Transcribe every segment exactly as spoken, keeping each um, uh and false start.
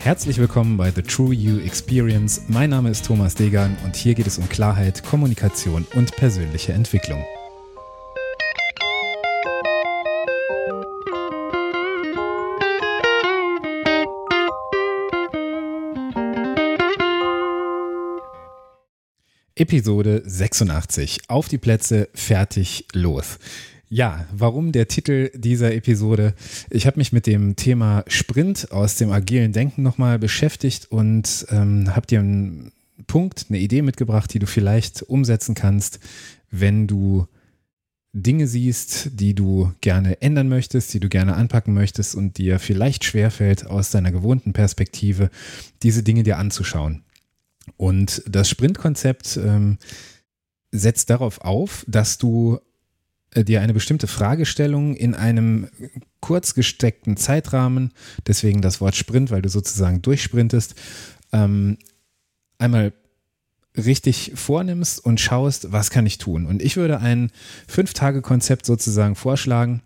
Herzlich willkommen bei The True You Experience. Mein Name ist Thomas Degan und hier geht es um Klarheit, Kommunikation und persönliche Entwicklung. Episode sechsundachtzig. Auf die Plätze, fertig, los. Ja, warum der Titel dieser Episode? Ich habe mich mit dem Thema Sprint aus dem agilen Denken nochmal beschäftigt und ähm, habe dir einen Punkt, eine Idee mitgebracht, die du vielleicht umsetzen kannst, wenn du Dinge siehst, die du gerne ändern möchtest, die du gerne anpacken möchtest und dir vielleicht schwerfällt, aus deiner gewohnten Perspektive diese Dinge dir anzuschauen. Und das Sprint-Konzept ähm, setzt darauf auf, dass du äh, dir eine bestimmte Fragestellung in einem kurz gesteckten Zeitrahmen, deswegen das Wort Sprint, weil du sozusagen durchsprintest, ähm, einmal richtig vornimmst und schaust, was kann ich tun. Und ich würde ein Fünf-Tage-Konzept sozusagen vorschlagen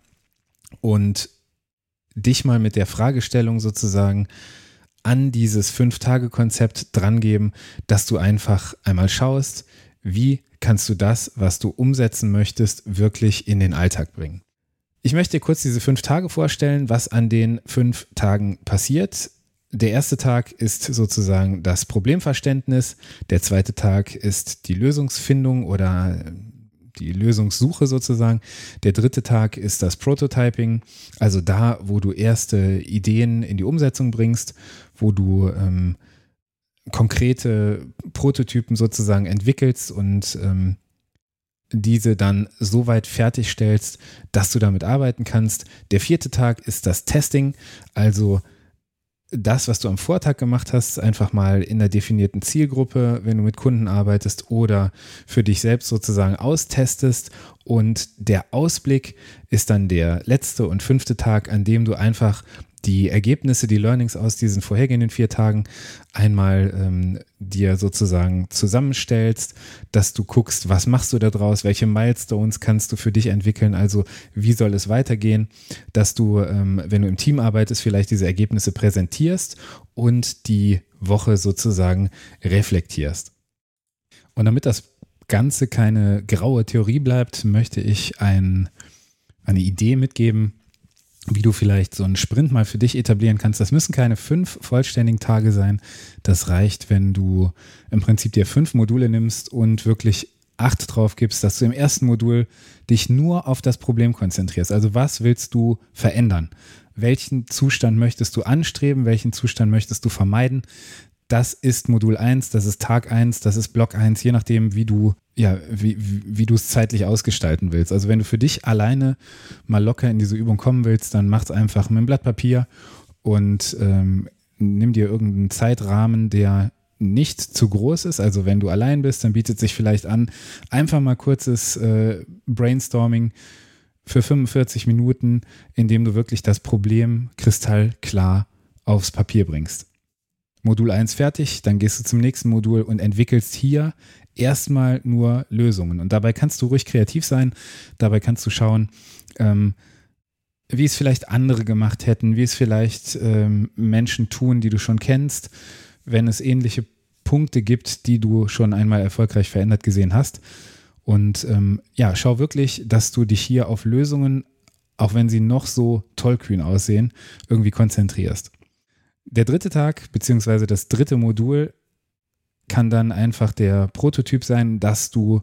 und dich mal mit der Fragestellung sozusagen an dieses Fünf-Tage-Konzept drangeben, dass du einfach einmal schaust, wie kannst du das, was du umsetzen möchtest, wirklich in den Alltag bringen. Ich möchte dir kurz diese fünf Tage vorstellen, was an den fünf Tagen passiert. Der erste Tag ist sozusagen das Problemverständnis, der zweite Tag ist die Lösungsfindung oder die Lösungssuche sozusagen. Der dritte Tag ist das Prototyping, also da, wo du erste Ideen in die Umsetzung bringst, wo du ähm, konkrete Prototypen sozusagen entwickelst und ähm, diese dann so weit fertigstellst, dass du damit arbeiten kannst. Der vierte Tag ist das Testing, also das, was du am Vortag gemacht hast, einfach mal in der definierten Zielgruppe, wenn du mit Kunden arbeitest oder für dich selbst sozusagen austestest. Und der Ausblick ist dann der letzte und fünfte Tag, an dem du einfach die Ergebnisse, die Learnings aus diesen vorhergehenden vier Tagen einmal ähm, dir sozusagen zusammenstellst, dass du guckst, was machst du da draus, welche Milestones kannst du für dich entwickeln, also wie soll es weitergehen, dass du, ähm, wenn du im Team arbeitest, vielleicht diese Ergebnisse präsentierst und die Woche sozusagen reflektierst. Und damit das Ganze keine graue Theorie bleibt, möchte ich ein, eine Idee mitgeben, wie du vielleicht so einen Sprint mal für dich etablieren kannst. Das müssen keine fünf vollständigen Tage sein. Das reicht, wenn du im Prinzip dir fünf Module nimmst und wirklich Acht drauf gibst, dass du im ersten Modul dich nur auf das Problem konzentrierst. Also was willst du verändern? Welchen Zustand möchtest du anstreben? Welchen Zustand möchtest du vermeiden? Das ist Modul eins, das ist Tag eins, das ist Block eins, je nachdem, wie du ja, wie, wie, wie du es zeitlich ausgestalten willst. Also wenn du für dich alleine mal locker in diese Übung kommen willst, dann mach es einfach mit einem Blatt Papier und ähm, nimm dir irgendeinen Zeitrahmen, der nicht zu groß ist. Also wenn du allein bist, dann bietet sich vielleicht an, einfach mal kurzes äh, Brainstorming für fünfundvierzig Minuten, indem du wirklich das Problem kristallklar aufs Papier bringst. Modul eins fertig, dann gehst du zum nächsten Modul und entwickelst hier erstmal nur Lösungen. Und dabei kannst du ruhig kreativ sein, dabei kannst du schauen, ähm, wie es vielleicht andere gemacht hätten, wie es vielleicht ähm, Menschen tun, die du schon kennst, wenn es ähnliche Punkte gibt, die du schon einmal erfolgreich verändert gesehen hast. Und ähm, ja, schau wirklich, dass du dich hier auf Lösungen, auch wenn sie noch so tollkühn aussehen, irgendwie konzentrierst. Der dritte Tag, beziehungsweise das dritte Modul, kann dann einfach der Prototyp sein, dass du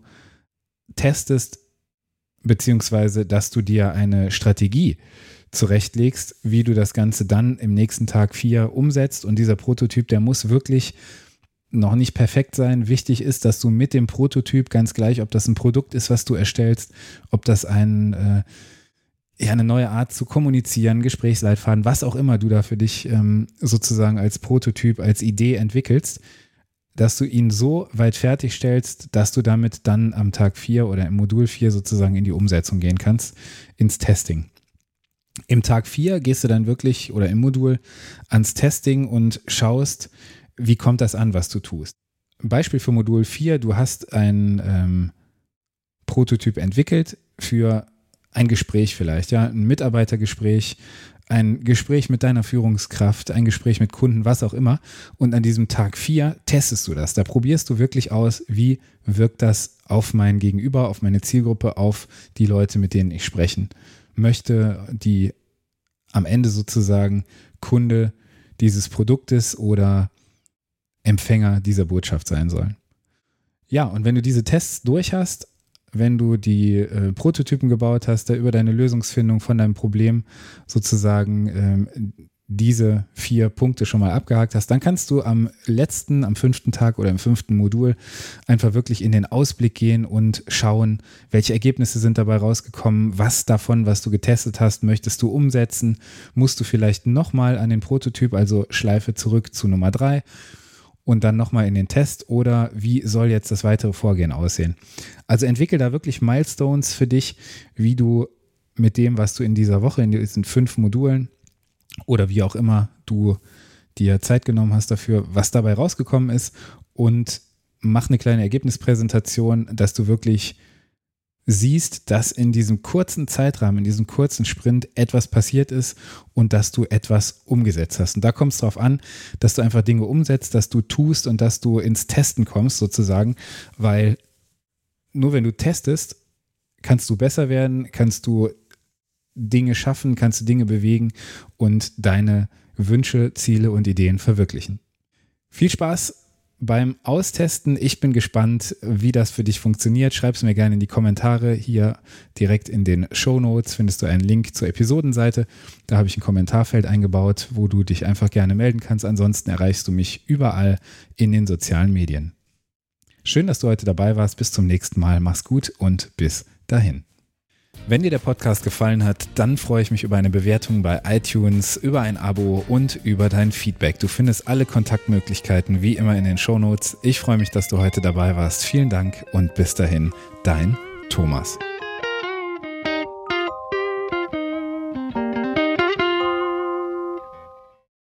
testest, beziehungsweise dass du dir eine Strategie zurechtlegst, wie du das Ganze dann im nächsten Tag vier umsetzt. Und dieser Prototyp, der muss wirklich noch nicht perfekt sein. Wichtig ist, dass du mit dem Prototyp, ganz gleich, ob das ein Produkt ist, was du erstellst, ob das ein äh, ja, eine neue Art zu kommunizieren, Gesprächsleitfaden, was auch immer du da für dich ähm, sozusagen als Prototyp, als Idee entwickelst, dass du ihn so weit fertigstellst, dass du damit dann am Tag vier oder im Modul vier sozusagen in die Umsetzung gehen kannst, ins Testing. Im Tag vier gehst du dann wirklich oder im Modul ans Testing und schaust, wie kommt das an, was du tust. Beispiel für Modul vier, du hast ein ähm, Prototyp entwickelt für ein Gespräch vielleicht, ja, ein Mitarbeitergespräch, ein Gespräch mit deiner Führungskraft, ein Gespräch mit Kunden, was auch immer. Und an diesem Tag vier testest du das. Da probierst du wirklich aus, wie wirkt das auf mein Gegenüber, auf meine Zielgruppe, auf die Leute, mit denen ich sprechen möchte, die am Ende sozusagen Kunde dieses Produktes oder Empfänger dieser Botschaft sein sollen. Ja, und wenn du diese Tests durch hast, wenn du die äh, Prototypen gebaut hast, da über deine Lösungsfindung von deinem Problem sozusagen ähm, diese vier Punkte schon mal abgehakt hast, dann kannst du am letzten, am fünften Tag oder im fünften Modul einfach wirklich in den Ausblick gehen und schauen, welche Ergebnisse sind dabei rausgekommen, was davon, was du getestet hast, möchtest du umsetzen, musst du vielleicht nochmal an den Prototyp, also Schleife zurück zu Nummer drei und dann nochmal in den Test oder wie soll jetzt das weitere Vorgehen aussehen. Also entwickel da wirklich Milestones für dich, wie du mit dem, was du in dieser Woche, in diesen fünf Modulen oder wie auch immer du dir Zeit genommen hast dafür, was dabei rausgekommen ist und mach eine kleine Ergebnispräsentation, dass du wirklich siehst, dass in diesem kurzen Zeitrahmen, in diesem kurzen Sprint etwas passiert ist und dass du etwas umgesetzt hast. Und da kommt es darauf an, dass du einfach Dinge umsetzt, dass du tust und dass du ins Testen kommst sozusagen, weil nur wenn du testest, kannst du besser werden, kannst du Dinge schaffen, kannst du Dinge bewegen und deine Wünsche, Ziele und Ideen verwirklichen. Viel Spaß beim Austesten. Ich bin gespannt, wie das für dich funktioniert. Schreib es mir gerne in die Kommentare. Hier direkt in den Shownotes findest du einen Link zur Episodenseite. Da habe ich ein Kommentarfeld eingebaut, wo du dich einfach gerne melden kannst. Ansonsten erreichst du mich überall in den sozialen Medien. Schön, dass du heute dabei warst. Bis zum nächsten Mal. Mach's gut und bis dahin. Wenn dir der Podcast gefallen hat, dann freue ich mich über eine Bewertung bei iTunes, über ein Abo und über dein Feedback. Du findest alle Kontaktmöglichkeiten wie immer in den Shownotes. Ich freue mich, dass du heute dabei warst. Vielen Dank und bis dahin, dein Thomas.